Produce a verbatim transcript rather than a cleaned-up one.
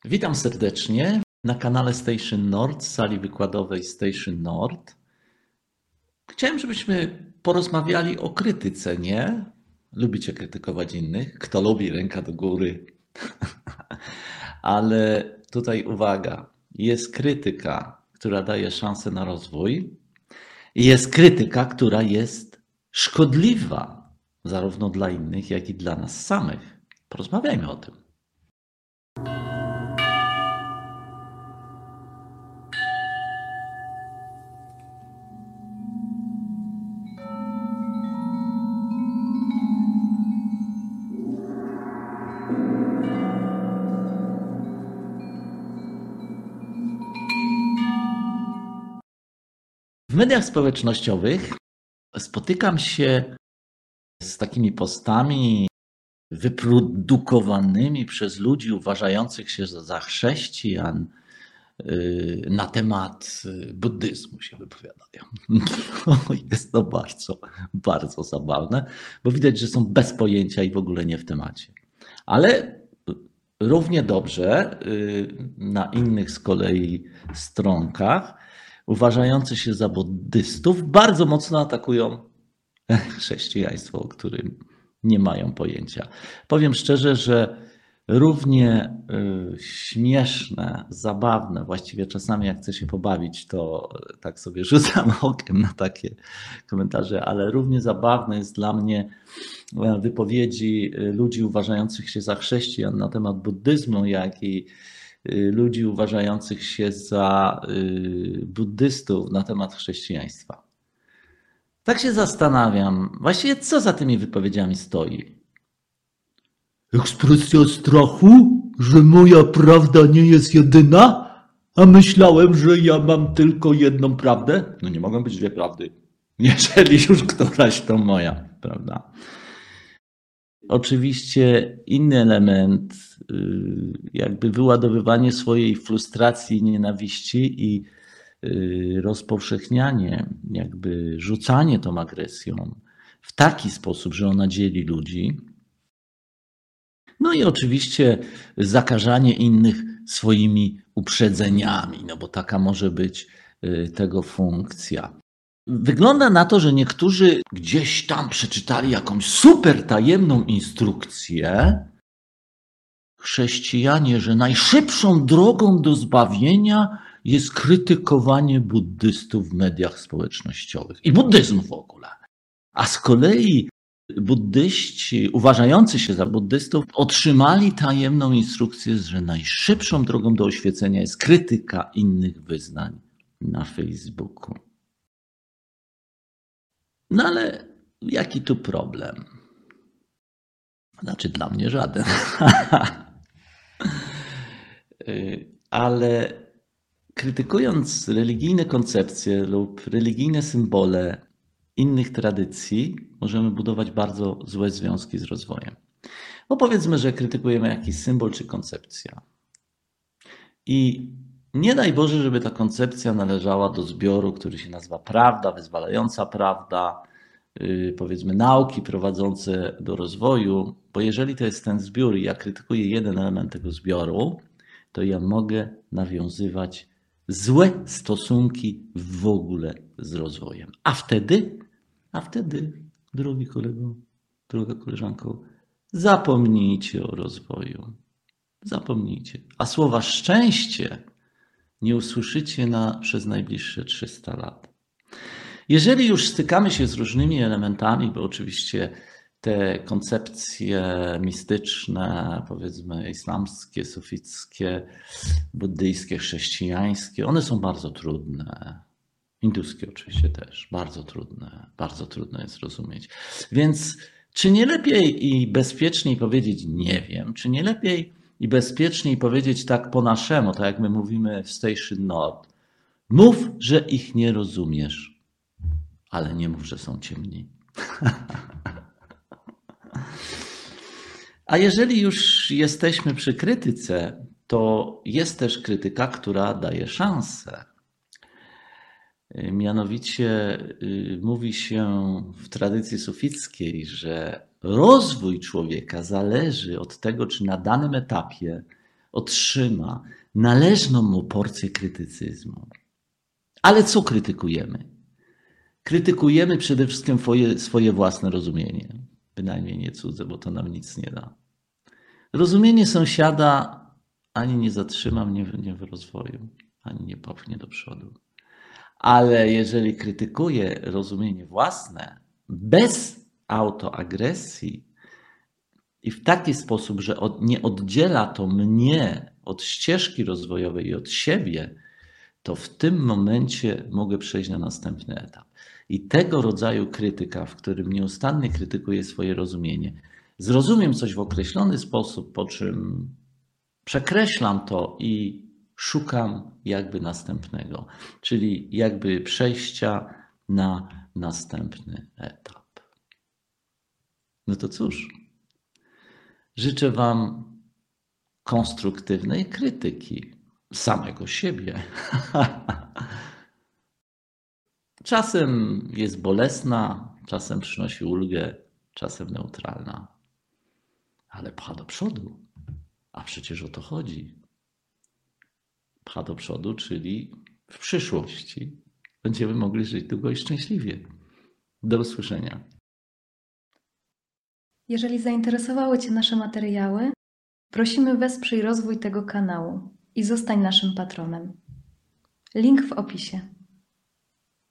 Witam serdecznie na kanale Station Nord, sali wykładowej Station Nord. Chciałem, żebyśmy porozmawiali o krytyce, nie? Lubicie krytykować innych? Kto lubi, ręka do góry. Ale tutaj uwaga, jest krytyka, która daje szansę na rozwój i jest krytyka, która jest szkodliwa zarówno dla innych, jak i dla nas samych. Porozmawiajmy o tym. W mediach społecznościowych spotykam się z takimi postami wyprodukowanymi przez ludzi uważających się za chrześcijan na temat buddyzmu się wypowiadają. Jest to bardzo, bardzo zabawne, bo widać, że są bez pojęcia i w ogóle nie w temacie. Ale równie dobrze na innych z kolei stronkach uważający się za buddystów bardzo mocno atakują chrześcijaństwo, o którym nie mają pojęcia. Powiem szczerze, że równie śmieszne, zabawne, właściwie czasami jak chcę się pobawić, to tak sobie rzucam okiem na takie komentarze, ale równie zabawne jest dla mnie wypowiedzi ludzi uważających się za chrześcijan na temat buddyzmu, jak i ludzi uważających się za buddystów na temat chrześcijaństwa. Tak się zastanawiam, właściwie co za tymi wypowiedziami stoi? Ekspresja strachu, że moja prawda nie jest jedyna, a myślałem, że ja mam tylko jedną prawdę. No nie mogą być dwie prawdy, jeżeli już któraś to moja, prawda? Oczywiście inny element, jakby wyładowywanie swojej frustracji i nienawiści i rozpowszechnianie, jakby rzucanie tą agresją w taki sposób, że ona dzieli ludzi. No i oczywiście zakażanie innych swoimi uprzedzeniami, no bo taka może być tego funkcja. Wygląda na to, że niektórzy gdzieś tam przeczytali jakąś super tajemną instrukcję, chrześcijanie, że najszybszą drogą do zbawienia jest krytykowanie buddystów w mediach społecznościowych i buddyzmu w ogóle. A z kolei buddyści, uważający się za buddystów, otrzymali tajemną instrukcję, że najszybszą drogą do oświecenia jest krytyka innych wyznań na Facebooku. No ale jaki tu problem? Znaczy dla mnie żaden. Ale krytykując religijne koncepcje lub religijne symbole innych tradycji, możemy budować bardzo złe związki z rozwojem. Bo powiedzmy, że krytykujemy jakiś symbol czy koncepcja. I nie daj Boże, żeby ta koncepcja należała do zbioru, który się nazywa prawda, wyzwalająca prawda, yy, powiedzmy nauki prowadzące do rozwoju, bo jeżeli to jest ten zbiór i ja krytykuję jeden element tego zbioru, to ja mogę nawiązywać złe stosunki w ogóle z rozwojem. A wtedy, a wtedy, drogi kolego, droga koleżanko, zapomnijcie o rozwoju. Zapomnijcie. A słowa szczęście nie usłyszycie na, przez najbliższe trzysta lat. Jeżeli już stykamy się z różnymi elementami, bo oczywiście te koncepcje mistyczne, powiedzmy islamskie, sufickie, buddyjskie, chrześcijańskie, one są bardzo trudne. Hinduskie oczywiście też, bardzo trudne, bardzo trudno jest zrozumieć. Więc czy nie lepiej i bezpieczniej powiedzieć nie wiem, czy nie lepiej i bezpieczniej powiedzieć tak po naszemu, tak jak my mówimy w Station Nord. Mów, że ich nie rozumiesz, ale nie mów, że są ciemni. A jeżeli już jesteśmy przy krytyce, to jest też krytyka, która daje szansę. Mianowicie mówi się w tradycji sufickiej, że rozwój człowieka zależy od tego, czy na danym etapie otrzyma należną mu porcję krytycyzmu. Ale co krytykujemy? Krytykujemy przede wszystkim swoje, swoje własne rozumienie. Bynajmniej nie cudze, bo to nam nic nie da. Rozumienie sąsiada ani nie zatrzyma mnie w, nie w rozwoju, ani nie popchnie do przodu. Ale jeżeli krytykuję rozumienie własne, bez autoagresji i w taki sposób, że od, nie oddziela to mnie od ścieżki rozwojowej i od siebie, to w tym momencie mogę przejść na następny etap. I tego rodzaju krytyka, w którym nieustannie krytykuję swoje rozumienie, zrozumiem coś w określony sposób, po czym przekreślam to i szukam jakby następnego, czyli jakby przejścia na następny etap. No to cóż, życzę Wam konstruktywnej krytyki samego siebie. Czasem jest bolesna, czasem przynosi ulgę, czasem neutralna, ale pcha do przodu. A przecież o to chodzi. Pcha do przodu, czyli w przyszłości będziemy mogli żyć długo i szczęśliwie. Do usłyszenia. Jeżeli zainteresowały Cię nasze materiały, prosimy wesprzyj rozwój tego kanału i zostań naszym patronem. Link w opisie.